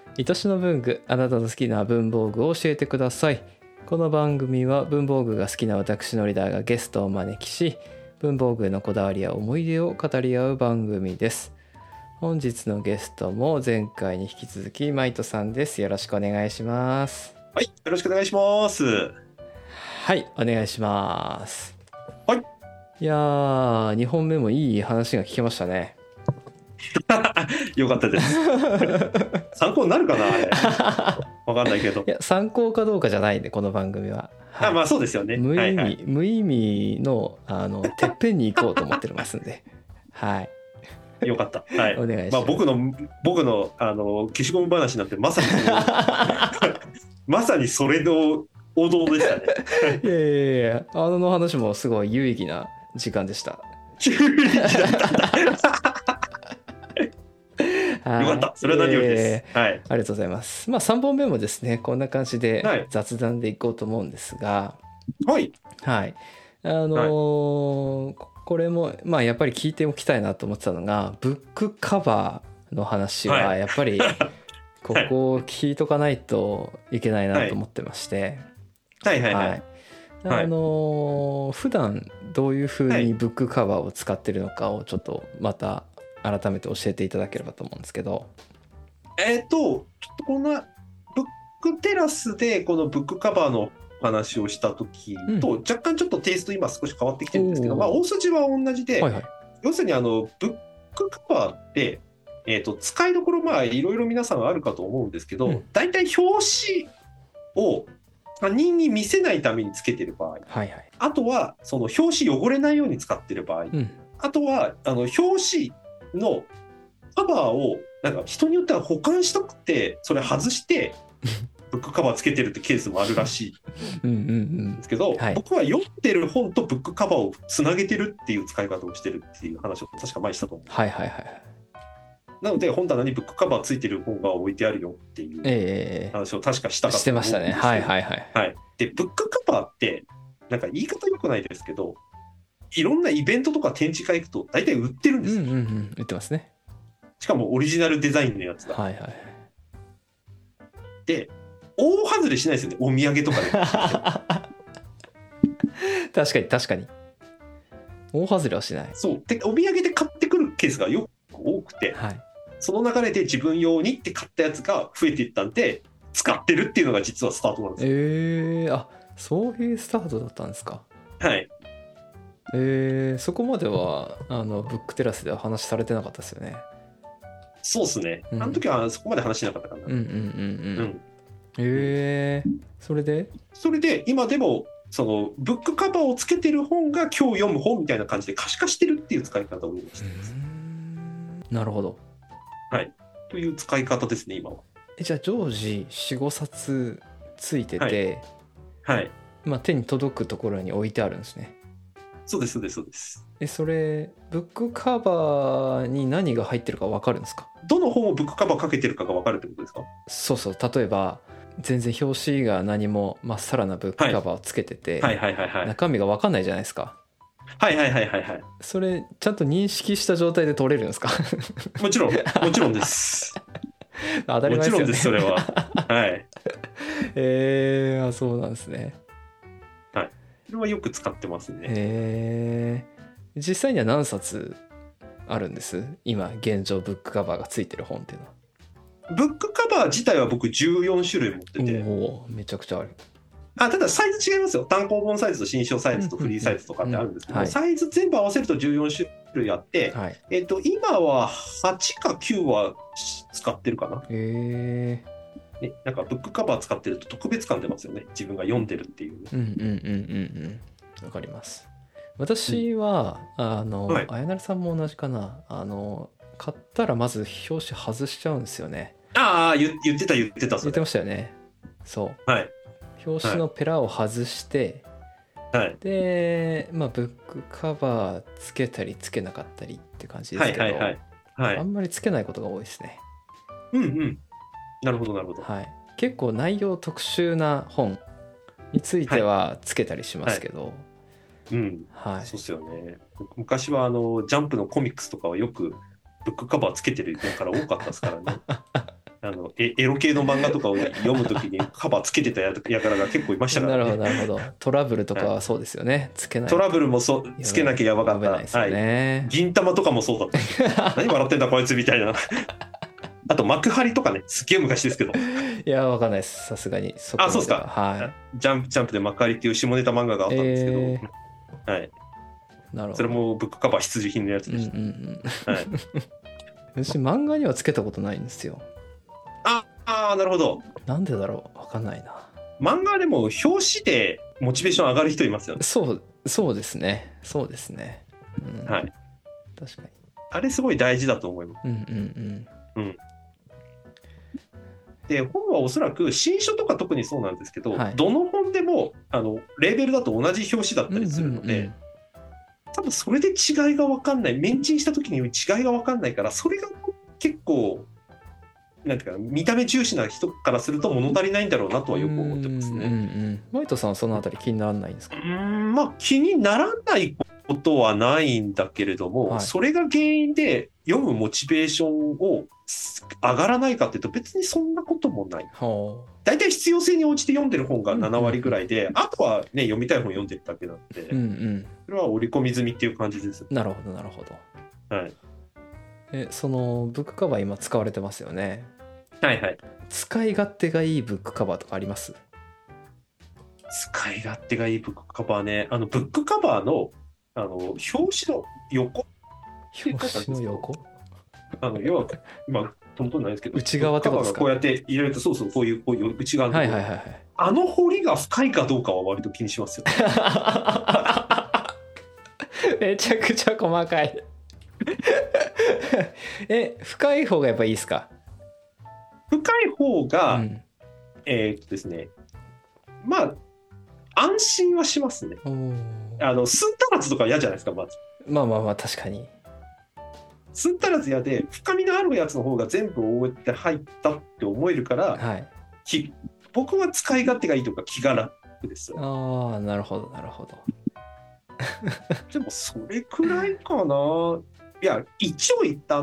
愛しの文具、あなたの好きな文房具を教えてください。この番組は文房具が好きな私のリーダーがゲストをお招きし、文房具のこだわりや思い出を語り合う番組です。本日のゲストも前回に引き続きマイトさんです。よろしくお願いします。 はい、よろしくお願いします。 はい、お願いします。 はい。 いやー、2本目もいい話が聞けましたね。 よかったです。参考になるかなあれ。わかんないけど。 いや、参考かどうかじゃないんで、この番組は。 はい、まあそうですよね。 無意味、 はいはい、 無意味のてっぺんに行こうと思ってますんで。はい。 よかった。はい。 お願いします。 まあ僕の消しゴム話なんてまさにまさにそれの王道でしたね。 いやいやいや、の話もすごい有意義な時間でした。 急にだったんだ。よかった。それは何よりです。はい。 ありがとうございます。まあ3本目もですね、こんな感じではい雑談でいこうと思うんですが、 はい。 はい。これもまあやっぱり聞いておきたいなと思ってたのが、ブックカバーの話はやっぱりここを聞いとかないといけないなと思ってまして、 はいはいはい。 普段どういう風にブックカバーを使ってるのかをちょっとまた改めて教えていただければと思うんですけど。 ちょっとこんなブックテラスでこのブックカバーの話をした時と若干ちょっとテイスト今少し変わってきてるんですけど、まあ大筋は同じで、 はいはい、 要するにブックカバーって、使いどころまあいろいろ皆さんあるかと思うんですけど、大体表紙を他人に見せないためにつけてる場合、 はいはい、 あとはその表紙汚れないように使ってる場合、あとは表紙のカバーをなんか人によっては保管したくてそれ外してブックカバーつけてるってケースもあるらしいんですけど、僕は読んでる本とブックカバーをつなげてるっていう使い方をしてるっていう話を確か前にしたと思う。 はいはいはい。 なので本棚にブックカバーついてる本が置いてあるよっていう話を確かしたかったと思うんですけど、してましたね。はいはいはい。はい。でブックカバーってなんか言い方良くないですけど、いろんなイベントとか展示会行くと大体売ってるんですよ。 売ってますね。 しかもオリジナルデザインのやつだ。 はいはい。 で、大外れしないですよね、お土産とかで。 確かに確かに。大外れはしない。 そう。で、お土産で買ってくるケースがよく多くて、はい、その流れで自分用にって買ったやつが増えていったんで、使ってるっていうのが実はスタートなんですよ。 あ、そういうスタートだったんですか。 はい。 そこまではブックテラスでは話されてなかったですよね。 そうですね、あの時はそこまで話しなかったかな。 それで今でもそのブックカバーをつけてる本が今日読む本みたいな感じで可視化してるっていう使い方をしています。 なるほど。 はい。という使い方ですね、今は。 じゃあ常時 4,5 冊ついてて、 はい、はい、 まあ、手に届くところに置いてあるんですね。 そうですそうですそうです。 それブックカバーに何が入ってるか分かるんですか？ どの本をブックカバーかけてるかが分かるってことですか？ そうそう。例えば全然表紙が何もまっさらなブックカバーをつけてて、中身が分かんないじゃないですか。 はいはいはいはいはい。 それちゃんと認識した状態で取れるんですか？ もちろんです。 当たり前ですよね。 もちろんです、それは。はい。 そうなんですね。 はい。それはよく使ってますね。 実際には何冊あるんです？今現状ブックカバーがついてる本っていうのは。 ブックカバー自体は僕14種類持ってて。 めちゃくちゃある。 ただサイズ違いますよ。単行本サイズと新書サイズとフリーサイズとかってあるんですけど、サイズ全部合わせると14種類あって、はい、今は8か9は使ってるかな。ね、なんかブックカバー使ってると特別感出ますよね。自分が読んでるっていう。 わかります。私は、はい、あやなるさんも同じかな。買ったらまず表紙外しちゃうんですよね。 言ってた。言ってましたよね。そう。 はい。 表紙のペラを外して、はい、で、まあ、ブックカバーつけたりつけなかったりって感じですけど、あんまりつけないことが多いですね。 なるほどなるほど。 はい、結構内容特殊な本についてはつけたりしますけど、 そうですよね。昔はジャンプのコミックスとかはよくブックカバーつけてるから多かったですからね。 エロ系の漫画とかを読むときにカバーつけてたやからが結構いましたからね。 なるほどなるほど。トラブルとかはそうですよね、つけないトラブルもつけなきゃやばかった。 ですよね、 はい、銀玉とかもそうだった何笑ってんだこいつみたいなあと幕張とかね、すっげえ昔ですけど。 いやわかんないです、さすがに。 そうですか。 はい。 ジャンプで幕張っていう下ネタ漫画があったんですけど、はい。 なるほど。 それもブックカバー必需品のやつでした。はい。 私漫画にはつけたことないんですよ。 ああ、なるほど。 なんでだろう、わかんないな。 漫画でも表紙でモチベーション上がる人いますよね。 そうですね。そうですね。 はい。 確かに。 あれすごい大事だと思います。で、本はおそらく新書とか特にそうなんですけど、どの本でもレーベルだと同じ表紙だったりするので、多分それで違いが分かんない、メンチンした時に違いが分かんないから、それが結構なんていうか見た目重視な人からすると物足りないんだろうなとはよく思ってますね。 マイトさんはそのあたり気にならないんですか？ まあ気にならないことはないんだけれども、それが原因で読むモチベーションを上がらないかっていうと別にそんなこともない。大体必要性に応じて読んでる本が7割ぐらいで、あとはね読みたい本読んでるだけなんで、それは織り込み済みっていう感じです。 なるほどなるほど。はい。そのブックカバー今使われてますよね。 はいはい。 使い勝手がいいブックカバーとかあります？ 使い勝手がいいブックカバーね。ブックカバーの表紙の横。 表紙の横？ 要は今トントンないですけど、 内側ってことですか？ こうやって入れるとそうこういう内側のところ、彫りが深いかどうかは割と気にしますよ。 めちゃくちゃ細かい。深い方がやっぱいいですか？ 深い方が、ですね、まあ安心はしますね。寸足らずとか嫌じゃないですか、まず。 まあ確かに。 寸足らず嫌で、深みのあるやつの方が全部覆って入ったって思えるから、僕は使い勝手がいいとか気が楽ですよ。 なるほどなるほど。 でもそれくらいかな。いや一応言ったって、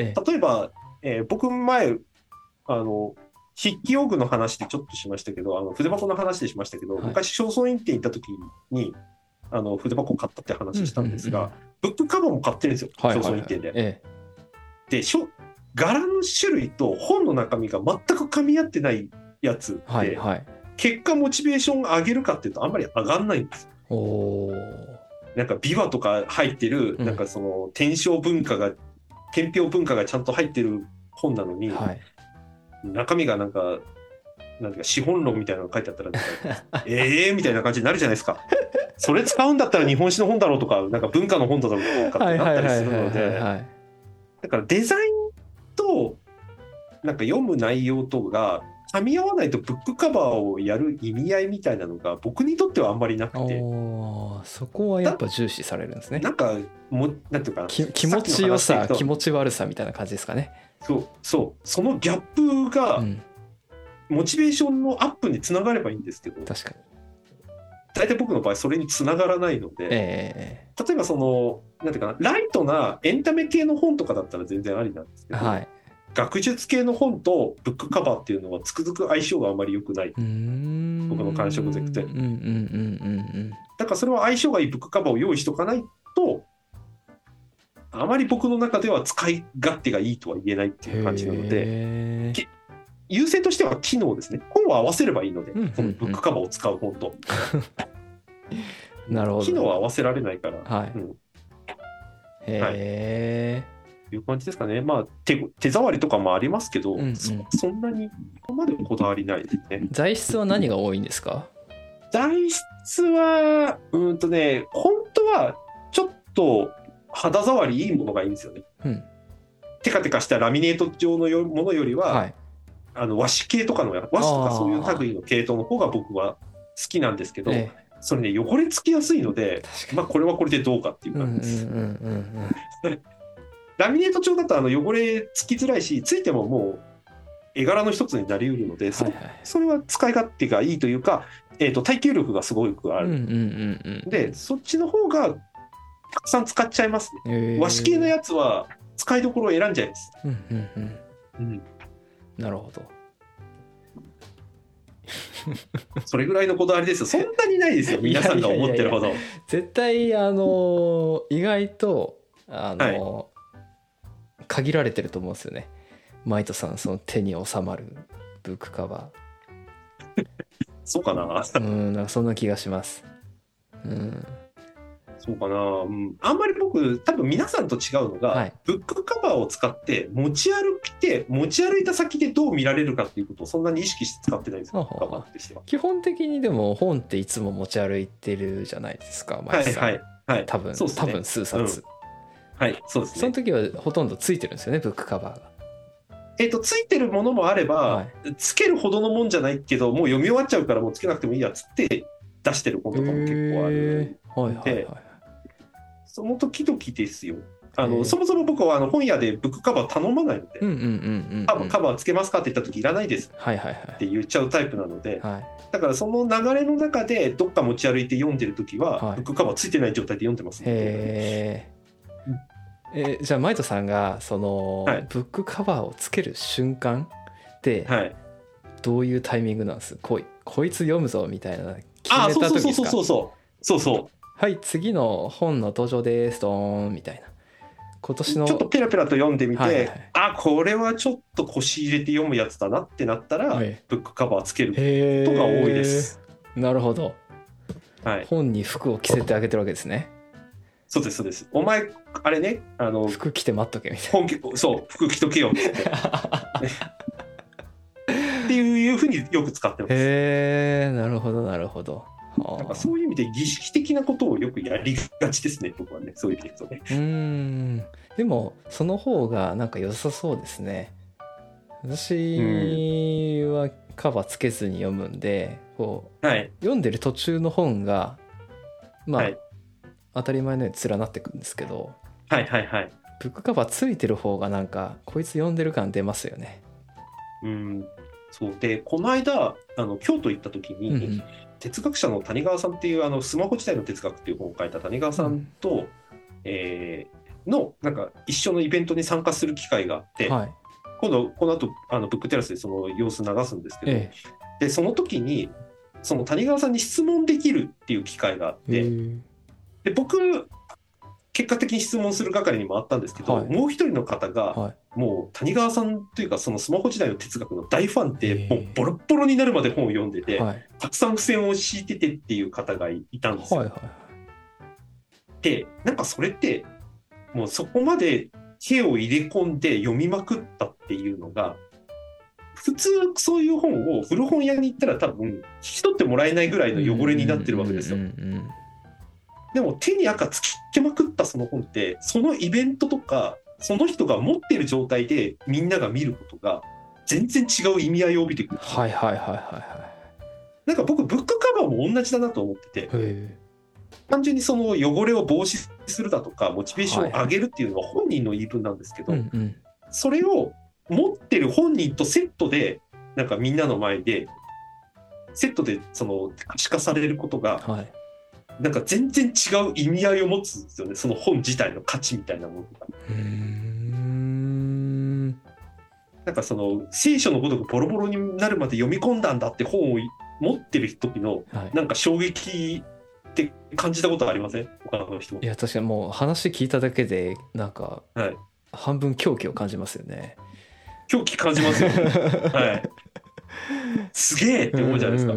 例えば、僕前筆記用具の話でちょっとしましたけど、筆箱の話でしましたけど、昔正倉院店行った時に筆箱買ったって話したんですが、ブックカバーも買ってるんですよ、正倉院店で。で柄の種類と本の中身が全く噛み合ってないやつで、結果モチベーション上げるかっていうとあんまり上がんないんですよ。なんか琵琶とか入ってる、なんかその天平文化がちゃんと入ってる本なのに、中身がなんか資本論みたいなのが書いてあったらみたいな感じになるじゃないですか。それ使うんだったら日本史の本だろうとか、なんか文化の本だろうとかってなったりするので、だからデザインとなんか読む内容とが噛み合わないとブックカバーをやる意味合いみたいなのが僕にとってはあんまりなくて。 そこはやっぱ重視されるんですね。 なんていうか気持ちよさ気持ち悪さみたいな感じですかね。 そのギャップがモチベーションのアップにつながればいいんですけど、 確かに大体僕の場合それにつながらないので、例えばそのなんていうかな、ライトなエンタメ系の本とかだったら全然ありなんですけど、学術系の本とブックカバーっていうのはつくづく相性があまり良くない、僕の感触でいくと。だからそれは相性がいいブックカバーを用意しとかないと、あまり僕の中では使い勝手がいいとは言えないっていう感じなので、優先としては機能ですね。本を合わせればいいので、このブックカバーを使う本となるほど。 機能は合わせられないから、いう感じですかね。まあ手触りとかもありますけど、そんなにここまでこだわりないですね。 材質は何が多いんですか？ 材質は本当はちょっと肌触りいいものがいいんですよね。テカテカしたラミネート状のものよりは、和紙系とか和紙とかそういう類の系統の方が僕は好きなんですけど、それね汚れつきやすいので、まあこれはこれでどうかっていう感じです。ラミネート調だと汚れつきづらいし、ついてももう絵柄の一つになりうるので、それは使い勝手がいいというか、耐久力がすごくある。でそっちの方がたくさん使っちゃいますね。和紙系のやつは使いどころを選んじゃいます。 なるほど。 それぐらいのこだわりですよ。そんなにないですよ皆さんが思ってるほど。 絶対意外とはい、限られてると思うんですよね。マイトさんその手に収まるブックカバーそうかな。 なんかそんな気がします。 そうかな、あんまり僕多分皆さんと違うのが、はい、ブックカバーを使って持ち歩いた先でどう見られるかっていうことをそんなに意識して使ってないんですよ。カバーとしては基本的にでも本っていつも持ち歩いてるじゃないですか、 はいはいはい、 多分数冊、 はいそうですね。 その時はほとんどついてるんですよねブックカバーが。 ついてるものもあれば、はい、つけるほどのもんじゃないけどもう読み終わっちゃうからもうつけなくてもいいやっつって出してる本とかも結構あるので、その時々ですよ。そもそも僕は本屋でブックカバー頼まないので、カバーつけますかって言った時いらないですって言っちゃうタイプなので、だからその流れの中でどっか持ち歩いて読んでる時は、ブックカバーついてない状態で読んでますね。 じゃあマイトさんがその、ブックカバーをつける瞬間ってどういうタイミングなんです？こいつ読むぞみたいな決めた時ですか？ そうはい次の本の登場ですドーンみたいな。今年のちょっとペラペラと読んでみて、これはちょっと腰入れて読むやつだなってなったら、ブックカバーつけることが多いです。 なるほど、本に服を着せてあげてるわけですね。 そうですお前あれね服着て待っとけみたいな。そう服着とけよってっていうふうによく使ってます。 なるほど。 なんかそういう意味で儀式的なことをよくやりがちですね僕はね。そういう意味で言うとね。 でもその方がなんか良さそうですね。私はカバーつけずに読むんで読んでる途中の本が当たり前のように連なってくるんですけど、ブックカバーついてる方がなんかこいつ読んでる感出ますよね。 そうでこの間京都行った時に、哲学者の谷川さんっていうスマホ時代の哲学っていう本を書いた谷川さんと、のなんか一緒のイベントに参加する機会があって、この後ブックテラスでその様子流すんですけど、でその時にその谷川さんに質問できるっていう機会があって、で僕結果的に質問する係にもあったんですけど、もう一人の方が、もう谷川さんというかそのスマホ時代の哲学の大ファンで、もうボロッボロになるまで本を読んでて、たくさん付箋を敷いててっていう方がいたんですよ。でなんかそれってもうそこまで手を入れ込んで読みまくったっていうのが普通そういう本を古本屋に行ったら多分引き取ってもらえないぐらいの汚れになってるわけですよ。でも手に赤つけまくったその本ってそのイベントとかその人が持ってる状態でみんなが見ることが全然違う意味合いを帯びてくる。なんか僕ブックカバーも同じだなと思ってて、単純にその汚れを防止するだとかモチベーションを上げるっていうのは本人の言い分なんですけど、それを持ってる本人とセットでなんかみんなの前でセットでその可視化されることが、なんか全然違う意味合いを持つんですよね。その本自体の価値みたいなものが。なんかその聖書のごとくボロボロになるまで読み込んだんだって本を持ってる時のなんか衝撃って感じたことありません？他の人。 いや確かにもう話聞いただけでなんか半分狂気を感じますよね。 狂気感じますよね。すげえって思うじゃないですか。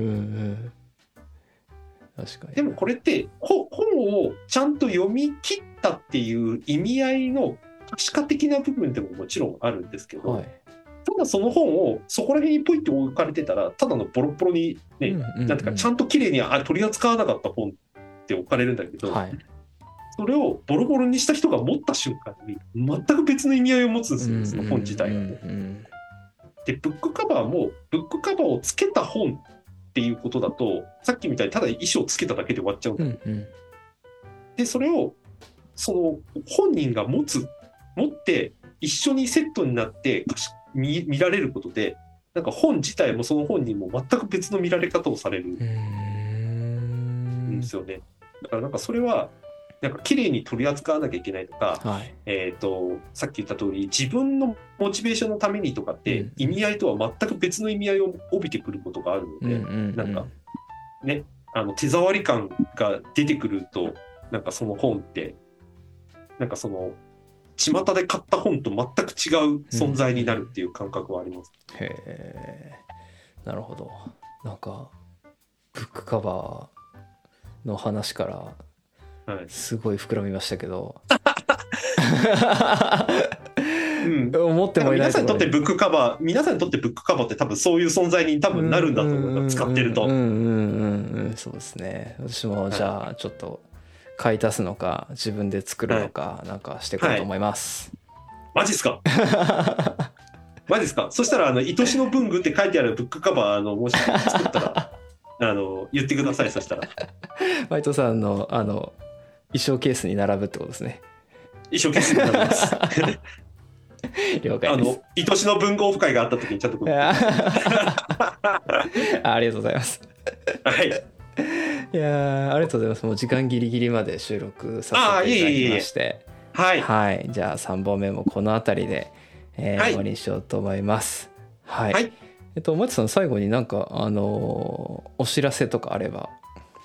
確かに。 でもこれって本をちゃんと読み切ったっていう意味合いの可視化的な部分でももちろんあるんですけど、ただその本をそこら辺にポイって置かれてたらただのボロボロにね、なんていうかちゃんときれいに取り扱わなかった本って置かれるんだけど、それをボロボロにした人が持った瞬間に全く別の意味合いを持つんですよ、その本自体がね。でブックカバーもブックカバーをつけた本っていうことだとさっきみたいにただ衣装をつけただけで終わっちゃうんだ、でそれをその本人が持って一緒にセットになって見られることでなんか本自体もその本人も全く別の見られ方をされるんですよね。だからなんかそれはなんか綺麗に取り扱わなきゃいけないとか、 はい、 さっき言った通り自分のモチベーションのためにとかって意味合いとは全く別の意味合いを帯びてくることがあるので、なんかね、手触り感が出てくると、なんかその本ってなんかその巷で買った本と全く違う存在になるっていう感覚はあります。 へえ、なるほど。なんかブックカバーの話からすごい膨らみましたけど、思ってもいない。皆さんにとってブックカバーって多分そういう存在に多分なるんだと思う、使ってると。 そうですね。私もじゃあちょっと買い足すのか自分で作るのかなんかしていこうと思います。 マジっすか？マジっすか？そしたら愛しの文具って書いてあるブックカバーもし作ったら言ってください。そしたらマイトさんの衣装ケースに並ぶってことですね。 衣装ケースに並びます。 了解です。 愛しの文豪オフ会があった時にちゃんとありがとうございます。 はい。 いやありがとうございます。もう時間ギリギリまで収録させていただきまして、はい、じゃあ3本目もこの辺りで、終わりにしようと思います。はい。マチさん最後になんかお知らせとかあれば。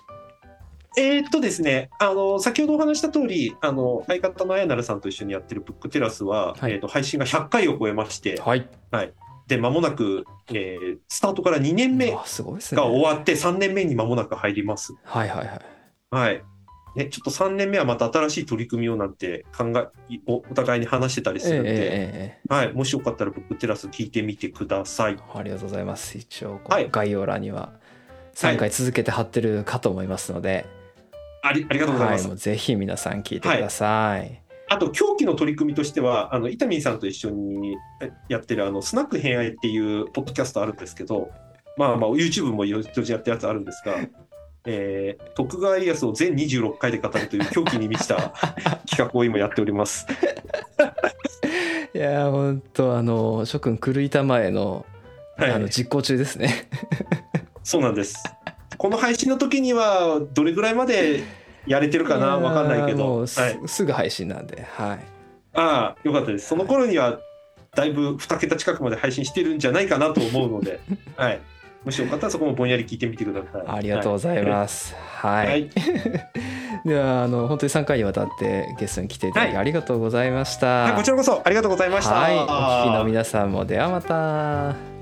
ですね、先ほどお話した通り相方のあやなるさんと一緒にやってるブックテラスは、配信が100回を超えまして、で間もなく、スタートから2年目が終わって3年目に間もなく入ります。ね、ちょっと3年目はまた新しい取り組みをなんてお互いに話してたりするので、もしよかったらブックテラス聞いてみてください。 ありがとうございます。一応概要欄には3回続けて貼ってるかと思いますので、 ありがとうございます。 もうぜひ皆さん聞いてください。 あと狂気の取り組みとしては伊丹さんと一緒にやってるスナック偏愛っていうポッドキャストあるんですけど、YouTube も同時やってるやつあるんですが、徳川家康を全26回で語るという狂気に満ちた企画を今やっております。 いや本当諸君狂いたまえの実行中ですね。 そうなんです。この配信の時にはどれぐらいまでやれてるかな、分かんないけど、 もうすぐ配信なんで、 よかったです。その頃にはだいぶ2桁近くまで配信してるんじゃないかなと思うので、もしよかったらそこもぼんやり聞いてみてください。 ありがとうございます。では本当に3回にわたってゲストに来ていただきありがとうございました。 こちらこそありがとうございました。 お聞きの皆さんもではまた。